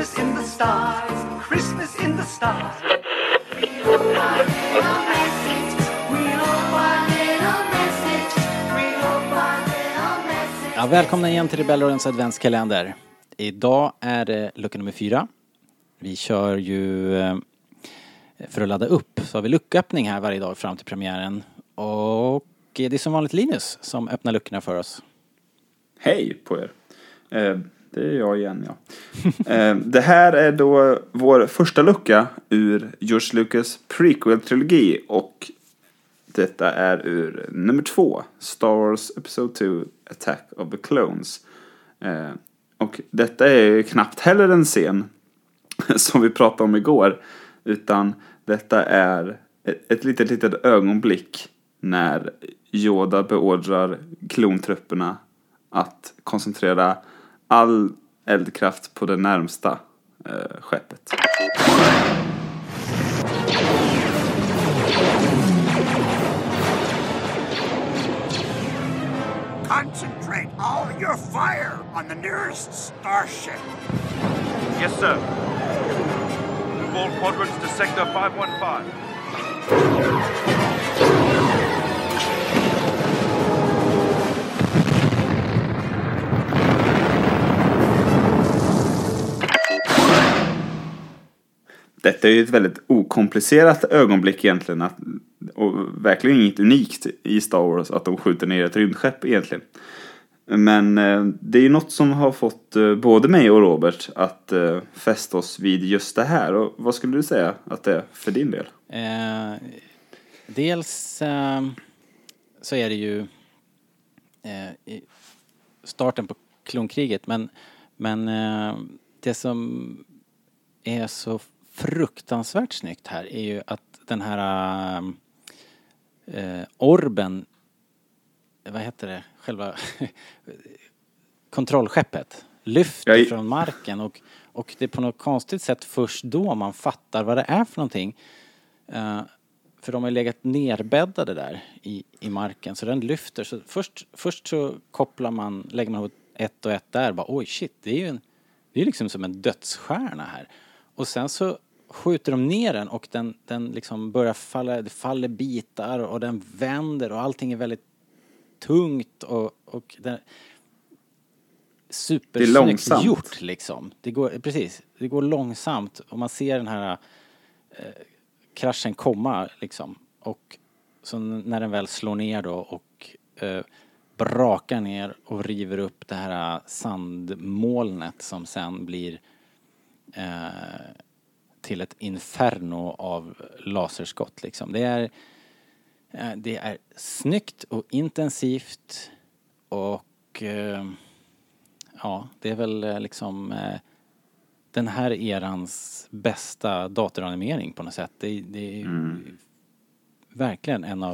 Christmas in the stars, Christmas in the stars. Ja, välkomna igen till Rebellradions adventskalender. Idag är det lucka nummer 4. Vi kör ju för att ladda upp, så har vi lucköppning här varje dag fram till premiären. Och det är som vanligt Linus som öppnar luckorna för oss. Hej på er. Det är jag igen, ja. Det här är då vår första lucka ur George Lucas prequel-trilogi. Och detta är ur nummer 2, Star Wars Episode 2, Attack of the Clones. Och detta är knappt heller en scen som vi pratade om igår. Utan detta är ett litet ögonblick när Yoda beordrar klontrupperna att koncentrera all eldkraft på det närmsta skeppet. Concentrate all your fire on the nearest starship. Yes, sir. Move all quadrants to sector 515. Detta är ju ett väldigt okomplicerat ögonblick egentligen. Och verkligen inget unikt i Star Wars att de skjuter ner ett rymdskepp egentligen. Men det är ju något som har fått både mig och Robert att fästa oss vid just det här. Och vad skulle du säga att det är för din del? Dels så är det ju starten på klonkriget. Men det som är så fruktansvärt snyggt här är ju att den här orben, vad heter det, själva kontrollskeppet lyfter från marken och det är på något konstigt sätt först då man fattar vad det är för någonting. För de har legat nerbäddade där i marken, så den lyfter. Så först så lägger man ihop ett och ett där, bara oj shit, det är liksom som en dödsstjärna här. Och sen så skjuter de ner den och den liksom börjar falla, det faller bitar och den vänder och allting är väldigt tungt och det supersnyggt gjort liksom. Det går långsamt och man ser den här kraschen komma liksom, och så när den väl slår ner då och brakar ner och river upp det här sandmolnet som sen blir till ett inferno av laserskott liksom. Det är snyggt och intensivt och ja, det är väl liksom den här erans bästa datoranimering på något sätt. Det är verkligen en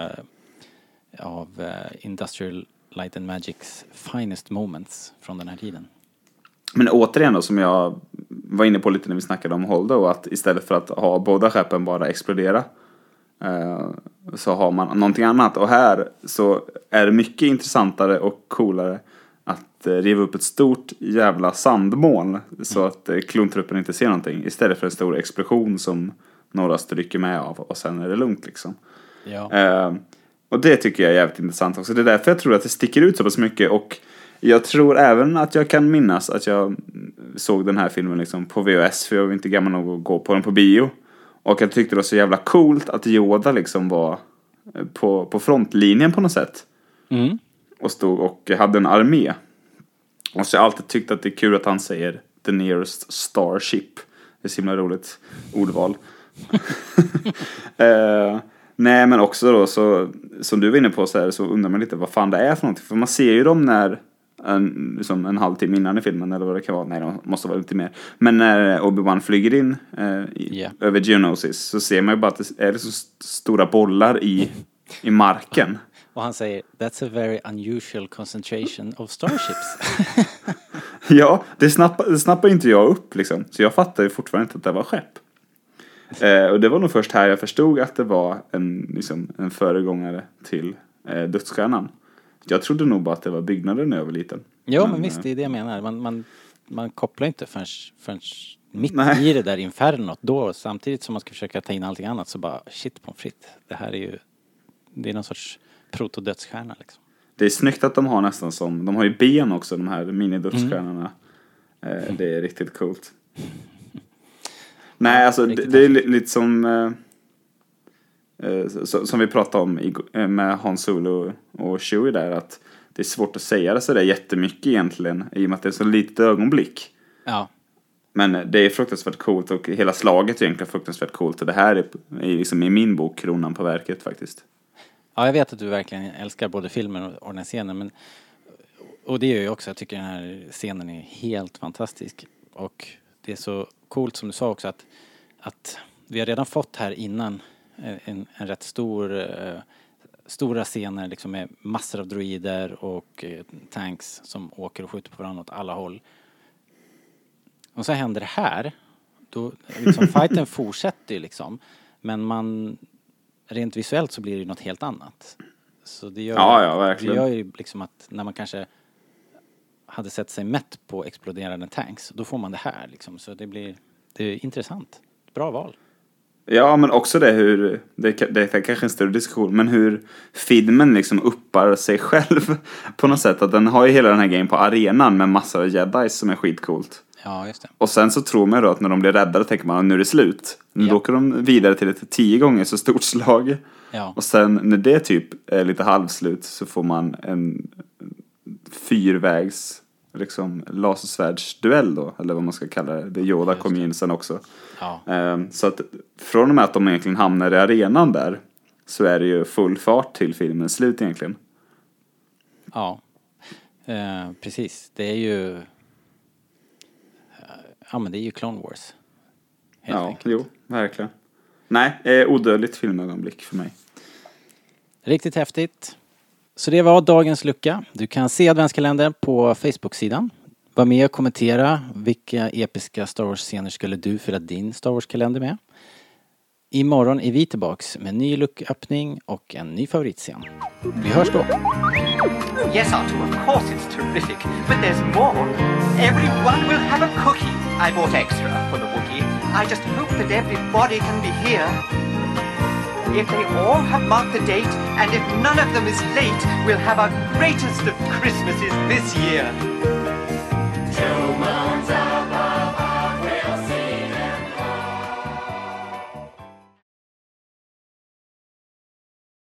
av Industrial Light and Magics finest moments från den här tiden. Men återigen då, som jag var inne på lite när vi snackade om Holdo, att istället för att ha båda skeppen bara explodera så har man någonting annat. Och här så är det mycket intressantare och coolare att riva upp ett stort jävla sandmoln så att klontruppen inte ser någonting, istället för en stor explosion som några stryker med av och sen är det lugnt liksom. Ja. Och det tycker jag är jävligt intressant också. Det är därför jag tror att det sticker ut så pass mycket. Och jag tror även att jag kan minnas att jag såg den här filmen liksom på VHS, för jag var inte gammal nog att gå på den på bio. Och jag tyckte det var så jävla coolt att Yoda liksom var på frontlinjen på något sätt. Mm. Och stod och hade en armé. Och så har jag alltid tyckt att det är kul att han säger the nearest starship. Det är så himla roligt ordval. Nej, men också då, så som du var inne på så här, så undrar man lite vad fan det är för någonting. För man ser ju dem när liksom en halvtimme innan i filmen, eller vad det kan vara. Nej, de måste vara lite mer. Men när Obi-Wan flyger in över Geonosis, så ser man ju bara att det är så stora bollar i marken. Och han säger, that's a very unusual concentration of starships. Ja, det snappar inte jag upp liksom. Så jag fattar ju fortfarande inte att det var skepp. Och det var nog först här jag förstod att det var en föregångare till dödsstjärnan. Jag trodde nog bara att det var byggnaden när jag var liten. Ja, men visst, det är det jag menar. man kopplar inte förrän mitt i det där infernot då, samtidigt som man ska försöka ta in allting annat, så bara shit på fritt. Det här är ju, det är någon sorts protodödsstjärna liksom. Det är snyggt att de har nästan som, de har ju ben också, de här mini-dödsstjärnorna. Det är riktigt coolt. Nej, alltså det är lite som vi pratade om med Han Solo och Chewie där, att det är svårt att säga det så där jättemycket egentligen, i och med att det är så litet ögonblick. Ja. Men det är fruktansvärt coolt, och hela slaget är egentligen fruktansvärt coolt, och det här är liksom i min bok kronan på verket faktiskt. Ja, jag vet att du verkligen älskar både filmen och den scenen, och det gör jag också. Jag tycker den här scenen är helt fantastisk, och det är så coolt som du sa också att vi har redan fått här innan en rätt stora scener liksom med massor av droider och tanks som åker och skjuter på varandra åt alla håll. Och så händer det här, då liksom fighten fortsätter ju liksom, men rent visuellt så blir det ju något helt annat. Så det gör, det gör ju liksom att när man kanske hade sett sig mätt på exploderande tanks, då får man det här liksom. Så det är intressant. Bra val. Ja, men också det hur, det är kanske en större diskussion, men hur filmen liksom uppar sig själv på något sätt. Att den har ju hela den här grejen på arenan med massor av jedis som är skitcoolt. Ja, just det. Och sen så tror man då att när de blir räddade tänker man att nu är det slut. Nu åker de vidare till ett 10 gånger så stort slag. Ja. Och sen när det typ är lite halvslut så får man en 4-vägs liksom lasersvärdsduell då, eller vad man ska kalla det. Yoda kom in sen också. Ja. Så att från och med att de egentligen hamnar i arenan där, så är det ju full fart till filmens slut egentligen. Ja, precis. Det är ju men det är ju Clone Wars. Helt enkelt. Jo, verkligen. Nej, odödligt filmögonblick för mig. Riktigt häftigt. Så det var dagens lucka. Du kan se adventskalendern på Facebook-sidan. Var med och kommentera vilka episka Star Wars-scener skulle du fylla din Star Wars-kalender med. Imorgon är vi tillbaks med en ny lucköppning och en ny favoritscen. Vi hörs då! Yes, Arthur, of course it's terrific, but there's more. Everyone will have a cookie. I bought extra for the Wookiee. I just hope that everybody can be here. If they all have marked the date, and if none of them is late, we'll have our greatest of Christmases this year.